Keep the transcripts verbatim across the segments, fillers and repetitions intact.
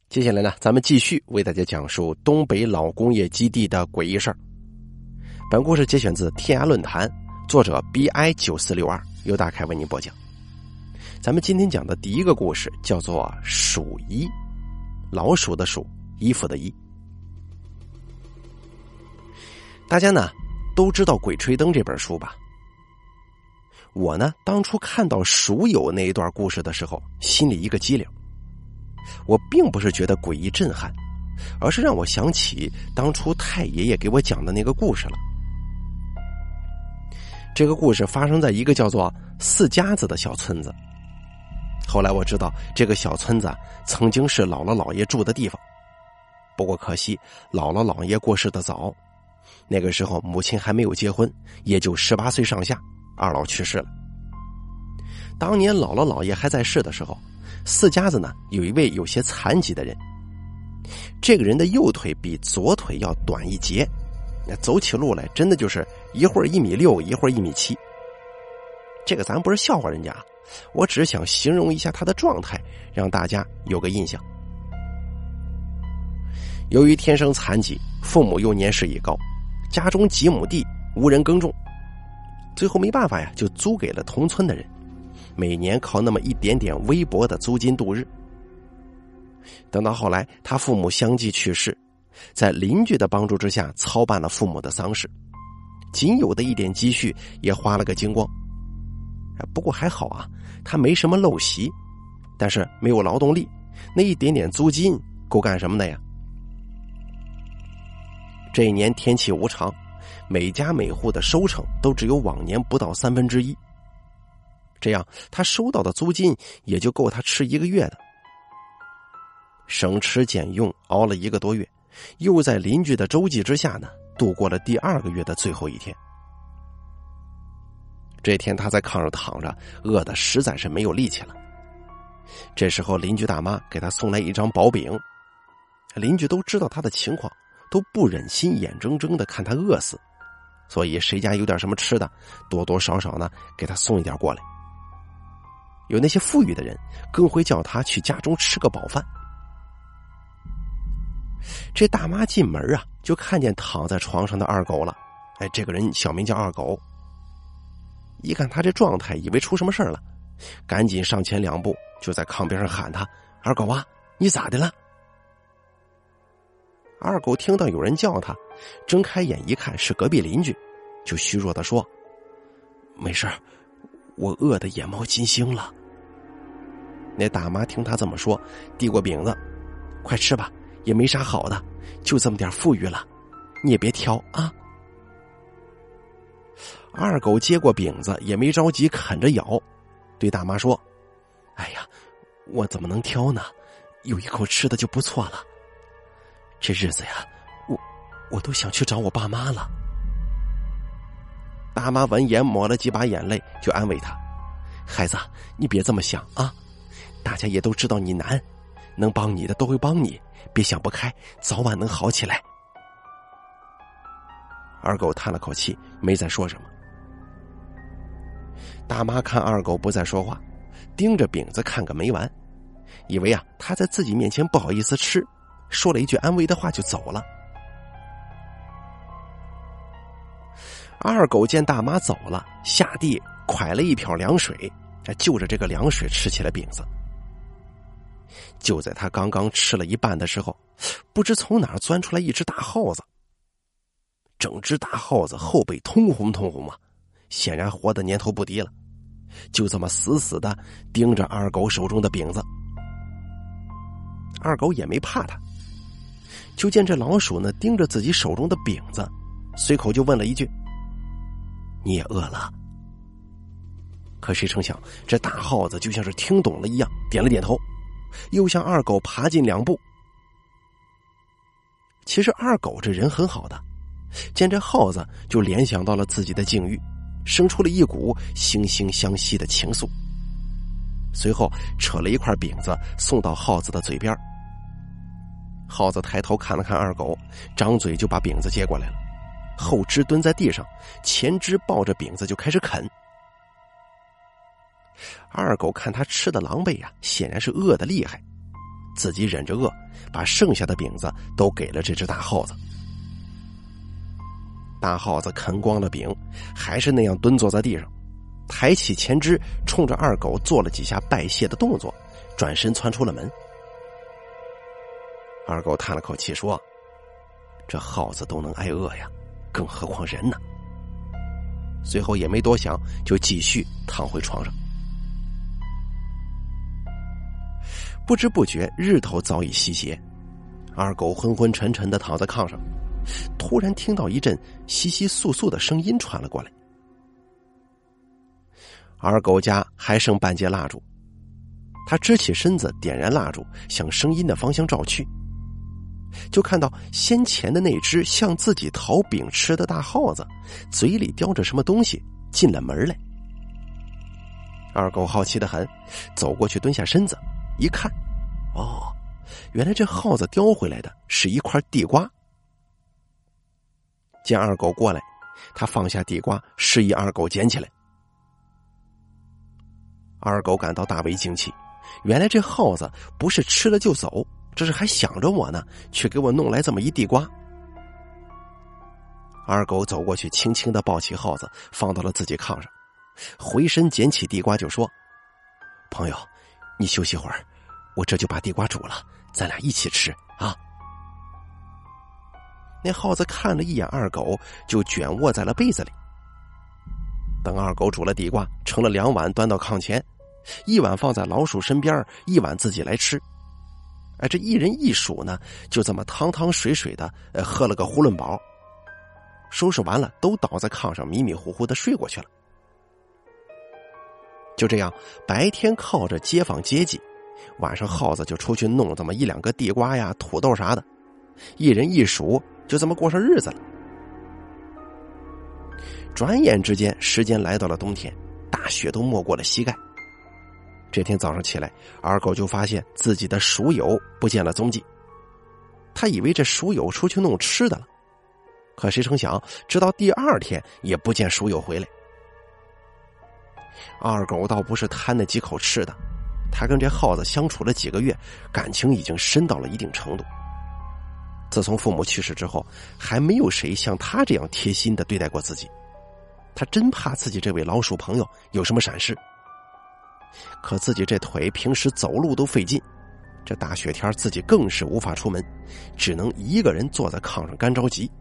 接下来呢，咱们继续为大家讲述东北老工业基地的诡异事儿。本故事节选自天涯论坛，作者 B I 九四六二，由大凯为您播讲。咱们今天讲的第一个故事叫做鼠衣，老鼠的鼠，衣服的衣。大家呢都知道《鬼吹灯》这本书吧？我呢当初看到鼠友那一段故事的时候，心里一个激灵。我并不是觉得诡异震撼，而是让我想起当初太爷爷给我讲的那个故事了。这个故事发生在一个叫做四家子的小村子。后来我知道这个小村子曾经是姥姥姥爷住的地方，不过可惜姥姥姥爷过世的早，那个时候母亲还没有结婚，也就十八岁上下，二老去世了。当年姥姥姥爷还在世的时候，四家子呢有一位有些残疾的人，这个人的右腿比左腿要短一截，走起路来真的就是一会儿一米六，一会儿一米七。这个咱不是笑话人家，我只是想形容一下他的状态，让大家有个印象。由于天生残疾，父母又年事已高，家中几亩地无人耕种，最后没办法呀，就租给了同村的人，每年靠那么一点点微薄的租金度日。等到后来他父母相继去世，在邻居的帮助之下操办了父母的丧事，仅有的一点积蓄也花了个精光。不过还好啊，他没什么陋习，但是没有劳动力，那一点点租金够干什么的呀？这一年天气无常，每家每户的收成都只有往年不到三分之一，这样他收到的租金也就够他吃一个月的。省吃俭用熬了一个多月，又在邻居的周济之下呢，度过了第二个月的最后一天。这天他在炕上躺着，饿得实在是没有力气了。这时候邻居大妈给他送来一张薄饼，邻居都知道他的情况，都不忍心眼睁睁的看他饿死，所以谁家有点什么吃的，多多少少呢给他送一点过来。有那些富裕的人更会叫他去家中吃个饱饭。这大妈进门啊，就看见躺在床上的二狗了。哎，这个人小名叫二狗。一看他这状态，以为出什么事了，赶紧上前两步，就在炕边上喊他：“二狗啊，你咋的了？”二狗听到有人叫他，睁开眼一看是隔壁邻居，就虚弱地说：“没事，我饿得眼冒金星了。”那大妈听他这么说，递过饼子：“快吃吧，也没啥好的，就这么点富裕了，你也别挑啊。”二狗接过饼子，也没着急，啃着咬，对大妈说：“哎呀，我怎么能挑呢？有一口吃的就不错了。这日子呀，我我都想去找我爸妈了。”大妈闻言抹了几把眼泪，就安慰他：“孩子，你别这么想啊，大家也都知道你难，能帮你的都会帮你，别想不开，早晚能好起来。”二狗叹了口气，没再说什么。大妈看二狗不再说话，盯着饼子看个没完，以为啊他在自己面前不好意思吃，说了一句安慰的话就走了。二狗见大妈走了，下地蒯了一瓢凉水，就着这个凉水吃起了饼子。就在他刚刚吃了一半的时候，不知从哪儿钻出来一只大耗子。整只大耗子后背通红通红啊，显然活的年头不低了，就这么死死的盯着二狗手中的饼子。二狗也没怕他，就见这老鼠呢盯着自己手中的饼子，随口就问了一句：“你也饿了？”可谁成想，这大耗子就像是听懂了一样，点了点头，又向二狗爬进两步。其实二狗这人很好的，见这耗子就联想到了自己的境遇，生出了一股惺惺相惜的情愫。随后扯了一块饼子送到耗子的嘴边，耗子抬头看了看二狗，张嘴就把饼子接过来了，后肢蹲在地上，前肢抱着饼子就开始啃。二狗看他吃的狼狈啊，显然是饿得厉害， 自己忍着饿，把剩下的饼子都给了这只大耗子。大耗子啃光了饼，还是那样蹲坐在地上，抬起前肢，冲着二狗做了几下拜谢的动作，转身窜出了门。二狗叹了口气说：“这耗子都能挨饿呀，更何况人呢？”随后也没多想，就继续躺回床上。不知不觉，日头早已西斜，二狗昏昏沉沉地躺在炕上，突然听到一阵窸窸窣窣的声音传了过来。二狗家还剩半截蜡烛，他支起身子，点燃蜡烛，向声音的方向照去，就看到先前的那只向自己讨饼吃的大耗子，嘴里叼着什么东西进了门来。二狗好奇得很，走过去蹲下身子一看，哦，原来这耗子叼回来的是一块地瓜。见二狗过来，他放下地瓜，示意二狗捡起来。二狗感到大为惊奇，原来这耗子不是吃了就走，这是还想着我呢，却给我弄来这么一地瓜。二狗走过去，轻轻地抱起耗子，放到了自己炕上，回身捡起地瓜就说：“朋友，你休息会儿，我这就把地瓜煮了，咱俩一起吃啊。”那耗子看了一眼二狗，就卷卧在了被子里。等二狗煮了地瓜，盛了两碗端到炕前，一碗放在老鼠身边，一碗自己来吃。哎，这一人一鼠呢，就这么汤汤水水的、呃、喝了个囫囵饱。收拾完了，都倒在炕上迷迷糊糊的睡过去了。就这样，白天靠着街坊接济，晚上耗子就出去弄这么一两个地瓜呀、土豆啥的，一人一鼠，就这么过上日子了。转眼之间，时间来到了冬天，大雪都没过了膝盖。这天早上起来，二狗就发现自己的鼠友不见了踪迹。他以为这鼠友出去弄吃的了，可谁成想，直到第二天也不见鼠友回来。二狗倒不是贪那几口吃的，他跟这耗子相处了几个月，感情已经深到了一定程度。自从父母去世之后，还没有谁像他这样贴心的对待过自己。他真怕自己这位老鼠朋友有什么闪失。可自己这腿平时走路都费劲，这大雪天自己更是无法出门，只能一个人坐在炕上干着急。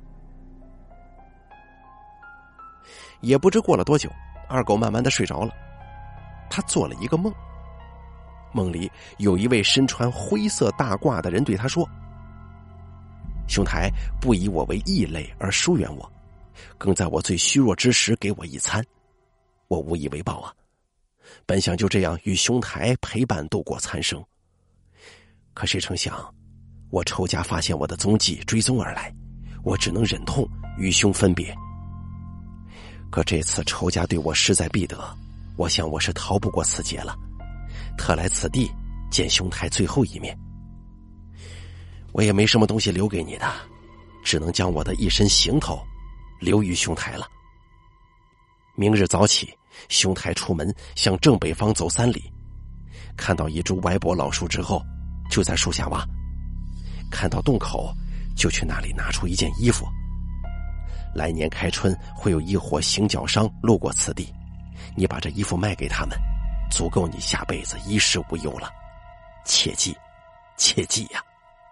也不知过了多久，二狗慢慢的睡着了。他做了一个梦，梦里有一位身穿灰色大褂的人对他说：“兄台不以我为异类而疏远我，更在我最虚弱之时给我一餐，我无以为报啊。本想就这样与兄台陪伴度过残生，可谁成想，我仇家发现我的踪迹，追踪而来，我只能忍痛与兄分别。可这次仇家对我势在必得，我想我是逃不过此劫了，特来此地见兄台最后一面。我也没什么东西留给你的，只能将我的一身行头留于兄台了。明日早起，兄台出门向正北方走三里，看到一株歪脖老树之后，就在树下挖，看到洞口就去那里拿出一件衣服。来年开春会有一伙行脚商路过此地，你把这衣服卖给他们，足够你下辈子衣食无忧了。切记，切记呀！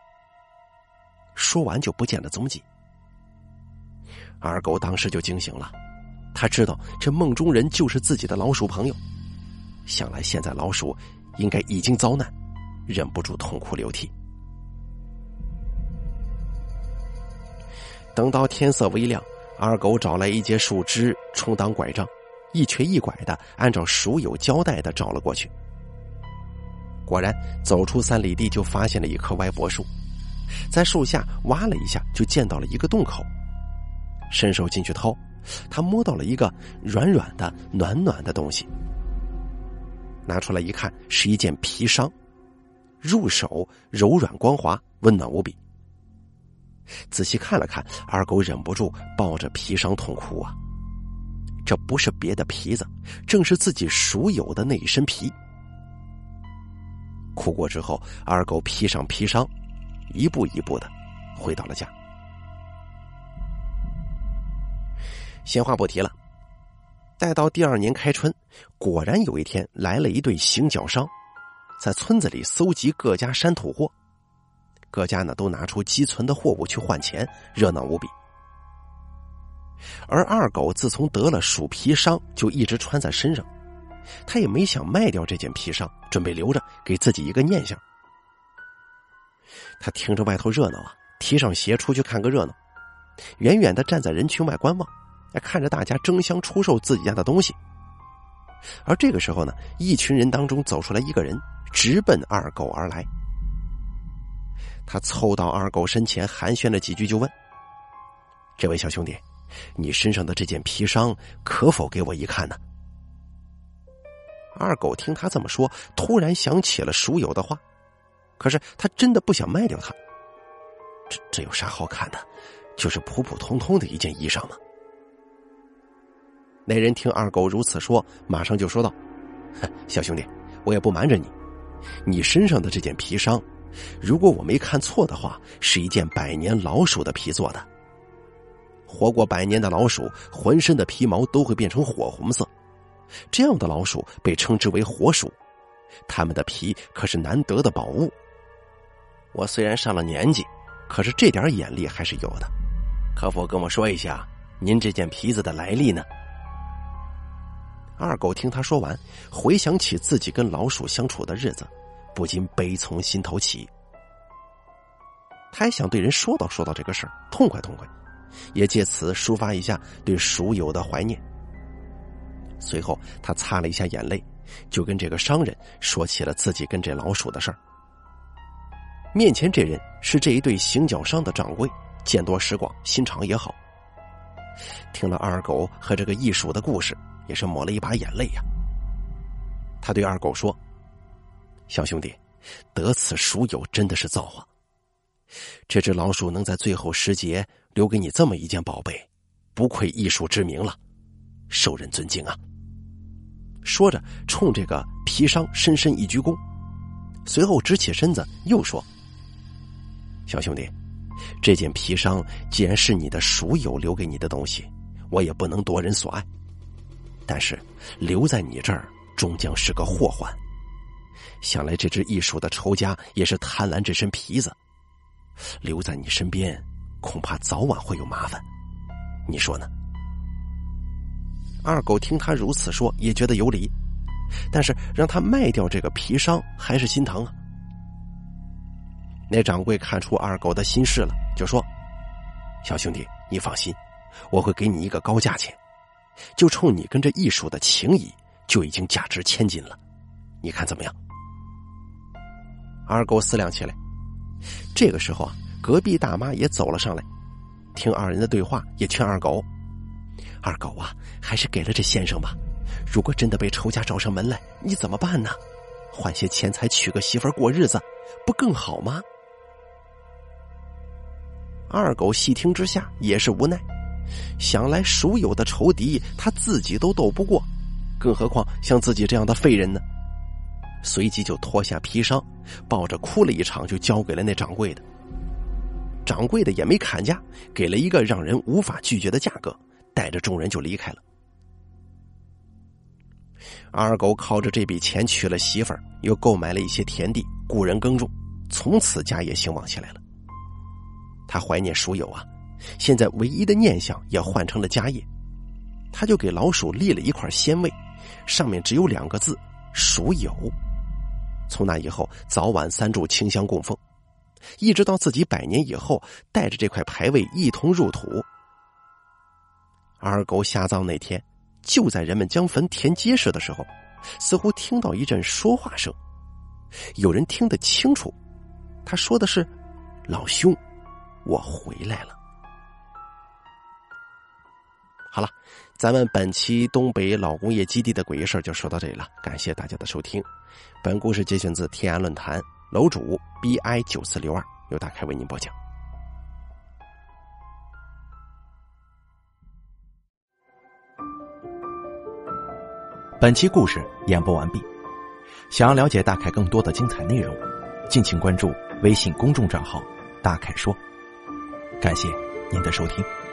说完就不见了踪迹。二狗当时就惊醒了，他知道这梦中人就是自己的老鼠朋友，想来现在老鼠应该已经遭难，忍不住痛哭流涕。等到天色微亮，二狗找来一截树枝充当拐杖，一瘸一拐的按照鼠友交代的找了过去。果然走出三里地，就发现了一棵歪脖树，在树下挖了一下，就见到了一个洞口。伸手进去掏，他摸到了一个软软的暖暖的东西，拿出来一看，是一件皮裳，入手柔软光滑，温暖无比。仔细看了看，二狗忍不住抱着皮裳痛哭啊！这不是别的皮子，正是自己属有的那一身皮。 哭过之后，二狗披上皮伤，一步一步的回到了家。闲话不提了，待到第二年开春，果然有一天来了一对行脚商，在村子里搜集各家山土货，各家呢都拿出积存的货物去换钱，热闹无比。而二狗自从得了鼠皮伤，就一直穿在身上，他也没想卖掉这件皮伤，准备留着给自己一个念想。他听着外头热闹啊，提上鞋出去看个热闹，远远地站在人群外观望，看着大家争相出售自己家的东西。而这个时候呢，一群人当中走出来一个人，直奔二狗而来。他凑到二狗身前寒暄了几句，就问：这位小兄弟，你身上的这件皮伤可否给我一看呢？二狗听他这么说，突然想起了蜀友的话，可是他真的不想卖掉它。这这有啥好看的？就是普普通通的一件衣裳嘛。那人听二狗如此说，马上就说道：小兄弟，我也不瞒着你，你身上的这件皮伤，如果我没看错的话，是一件百年老鼠的皮做的。活过百年的老鼠，浑身的皮毛都会变成火红色，这样的老鼠被称之为活鼠，它们的皮可是难得的宝物。我虽然上了年纪，可是这点眼力还是有的，可否跟我说一下您这件皮子的来历呢？二狗听他说完，回想起自己跟老鼠相处的日子，不禁悲从心头起。他还想对人说道说道这个事儿，痛快痛快，也借此抒发一下对蜀友的怀念。随后他擦了一下眼泪，就跟这个商人说起了自己跟这老鼠的事儿。面前这人是这一对行脚商的掌柜，见多识广，心肠也好。听了二狗和这个艺鼠的故事，也是抹了一把眼泪呀。他对二狗说：小兄弟，得此蜀友真的是造化，这只老鼠能在最后时节留给你这么一件宝贝，不愧艺术之名了，受人尊敬啊。说着冲这个皮商深深一鞠躬，随后直起身子又说：小兄弟，这件皮伤既然是你的蜀友留给你的东西，我也不能夺人所爱，但是留在你这儿终将是个祸患。想来这只艺术的仇家也是贪婪这身皮子，留在你身边恐怕早晚会有麻烦，你说呢？二狗听他如此说，也觉得有理，但是让他卖掉这个皮伤还是心疼啊。那掌柜看出二狗的心事了，就说：小兄弟，你放心，我会给你一个高价钱，就冲你跟这艺术的情谊，就已经价值千金了，你看怎么样？二狗思量起来。这个时候啊，隔壁大妈也走了上来，听二人的对话，也劝二狗：二狗啊，还是给了这先生吧，如果真的被仇家找上门来，你怎么办呢？换些钱财娶个媳妇儿过日子，不更好吗？二狗细听之下也是无奈，想来蜀友的仇敌他自己都斗不过，更何况像自己这样的废人呢？随即就脱下皮伤，抱着哭了一场，就交给了那掌柜的。掌柜的也没砍价，给了一个让人无法拒绝的价格，带着众人就离开了。二狗靠着这笔钱娶了媳妇儿，又购买了一些田地，雇人耕种，从此家业兴旺起来了。他怀念蜀友啊，现在唯一的念想也换成了家业，他就给老鼠立了一块仙位，上面只有两个字：蜀友。从那以后，早晚三炷清香供奉，一直到自己百年以后，带着这块牌位一同入土。二狗下葬那天，就在人们将坟填结实的时候，似乎听到一阵说话声，有人听得清楚，他说的是：老兄，我回来了。好了，咱们本期东北老工业基地的诡异事就说到这里了，感谢大家的收听。本故事节选自天涯论坛，楼主 B I 九四六二，由大开为您播讲。 本期故事演播完毕， 想要了解大凯更多的精彩内容，敬请关注微信公众账号大凯说。感谢您的收听。